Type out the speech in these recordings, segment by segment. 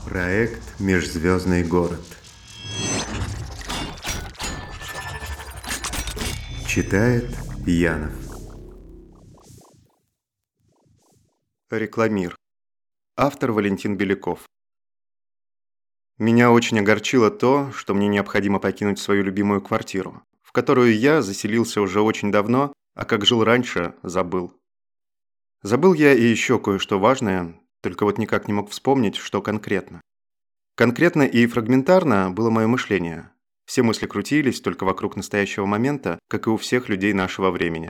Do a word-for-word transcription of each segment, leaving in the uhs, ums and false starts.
Проект «Межзвездный город». Читает Янов. Рекламир. Автор Валентин Беляков. Меня очень огорчило то, что мне необходимо покинуть свою любимую квартиру, в которую я заселился уже очень давно, а как жил раньше, забыл. Забыл я и еще кое-что важное, только вот никак не мог вспомнить, что конкретно. Конкретно и фрагментарно было мое мышление. Все мысли крутились только вокруг настоящего момента, как и у всех людей нашего времени.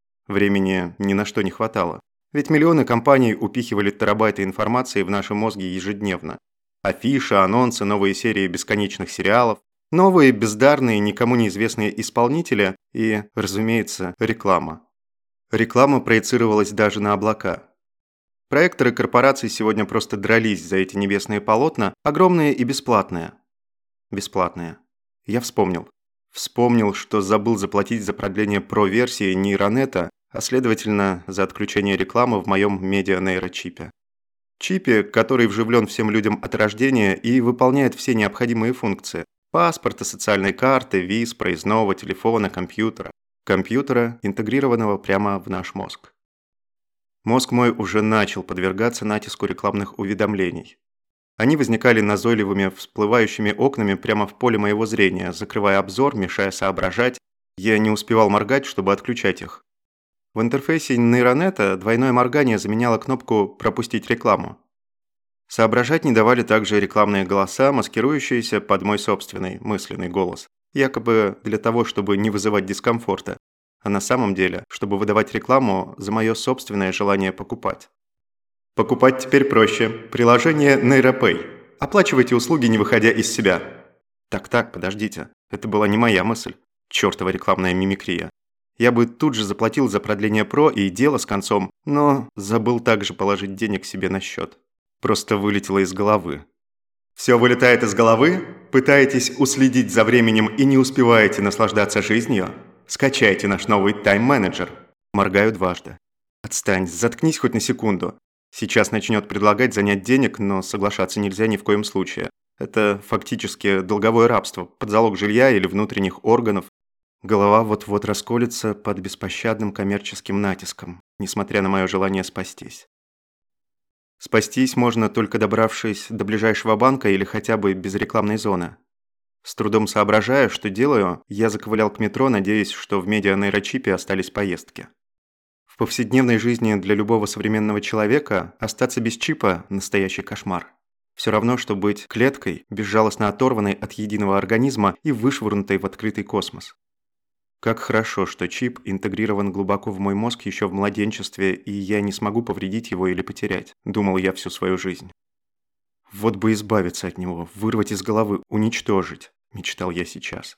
Времени ни на что не хватало. Ведь миллионы компаний упихивали терабайты информации в наши мозги ежедневно. Афиши, анонсы, новые серии бесконечных сериалов, новые бездарные, никому неизвестные исполнители и, разумеется, реклама. Реклама проецировалась даже на облака. Проекторы корпораций сегодня просто дрались за эти небесные полотна, огромные и бесплатные. Бесплатные. Я вспомнил. Вспомнил, что забыл заплатить за продление Pro-версии нейронета, а следовательно, за отключение рекламы в моем медиа-нейрочипе. Чипе, который вживлен всем людям от рождения и выполняет все необходимые функции – паспорта, социальной карты, виз, проездного, телефона, компьютера. Компьютера, интегрированного прямо в наш мозг. Мозг мой уже начал подвергаться натиску рекламных уведомлений. Они возникали назойливыми всплывающими окнами прямо в поле моего зрения, закрывая обзор, мешая соображать. Я не успевал моргать, чтобы отключать их. В интерфейсе нейронета двойное моргание заменяло кнопку «Пропустить рекламу». Соображать не давали также рекламные голоса, маскирующиеся под мой собственный мысленный голос, якобы для того, чтобы не вызывать дискомфорта, а на самом деле, чтобы выдавать рекламу за мое собственное желание покупать. Покупать теперь проще. Приложение NeuroPay. Оплачивайте услуги, не выходя из себя. Так-так, подождите. Это была не моя мысль. Чёртова рекламная мимикрия. Я бы тут же заплатил за продление Pro и дело с концом, но забыл также положить денег себе на счет. Просто вылетело из головы. Все вылетает из головы? Пытаетесь уследить за временем и не успеваете наслаждаться жизнью? Скачайте наш новый тайм-менеджер. Моргаю дважды. Отстань, заткнись хоть на секунду. Сейчас начнет предлагать занять денег, но соглашаться нельзя ни в коем случае. Это фактически долговое рабство, под залог жилья или внутренних органов. Голова вот-вот расколется под беспощадным коммерческим натиском, несмотря на мое желание спастись. Спастись можно только добравшись до ближайшего банка или хотя бы без рекламной зоны. С трудом соображая, что делаю, я заковылял к метро, надеясь, что в медиа-нейрочипе остались поездки. В повседневной жизни для любого современного человека остаться без чипа – настоящий кошмар. Все равно, что быть клеткой, безжалостно оторванной от единого организма и вышвырнутой в открытый космос. Как хорошо, что чип интегрирован глубоко в мой мозг еще в младенчестве, и я не смогу повредить его или потерять, думал я всю свою жизнь. Вот бы избавиться от него, вырвать из головы, уничтожить, мечтал я сейчас.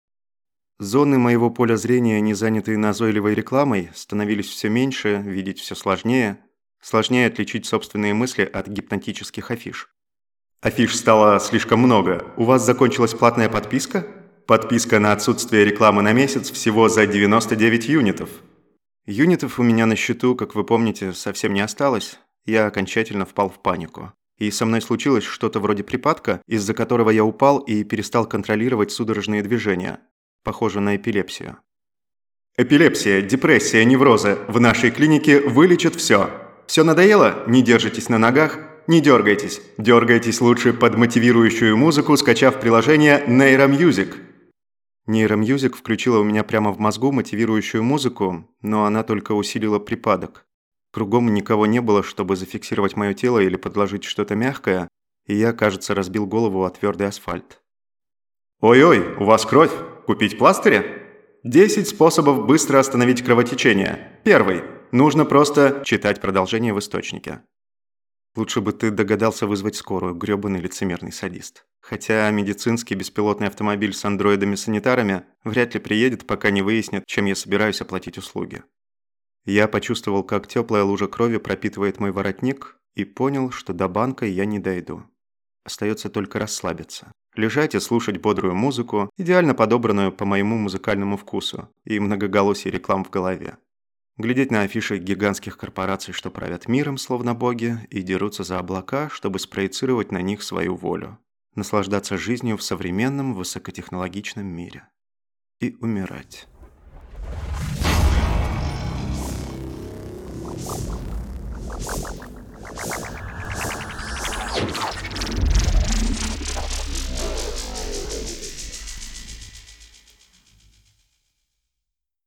Зоны моего поля зрения, не занятые назойливой рекламой, становились все меньше, видеть все сложнее. Сложнее отличить собственные мысли от гипнотических афиш. Афиш стало слишком много. У вас закончилась платная подписка? Подписка на отсутствие рекламы на месяц всего за девяносто девять юнитов. Юнитов у меня на счету, как вы помните, совсем не осталось. Я окончательно впал в панику. И со мной случилось что-то вроде припадка, из-за которого я упал и перестал контролировать судорожные движения. Похоже на эпилепсию. Эпилепсия, депрессия, неврозы. В нашей клинике вылечат все. Все надоело? Не держитесь на ногах? Не дергайтесь. Дергайтесь лучше под мотивирующую музыку, скачав приложение NeuroMusic. NeuroMusic включила у меня прямо в мозгу мотивирующую музыку, но она только усилила припадок. Кругом никого не было, чтобы зафиксировать мое тело или подложить что-то мягкое, и я, кажется, разбил голову о твердый асфальт. «Ой-ой, у вас кровь! Купить пластыри?» десять способов быстро остановить кровотечение. Первый. Нужно просто читать продолжение в источнике. Лучше бы ты догадался вызвать скорую, грёбаный лицемерный садист. Хотя медицинский беспилотный автомобиль с андроидами-санитарами вряд ли приедет, пока не выяснит, чем я собираюсь оплатить услуги. Я почувствовал, как теплая лужа крови пропитывает мой воротник, и понял, что до банка я не дойду. Остается только расслабиться. Лежать и слушать бодрую музыку, идеально подобранную по моему музыкальному вкусу, и многоголосие реклам в голове. Глядеть на афиши гигантских корпораций, что правят миром, словно боги, и дерутся за облака, чтобы спроецировать на них свою волю. Наслаждаться жизнью в современном высокотехнологичном мире. И умирать.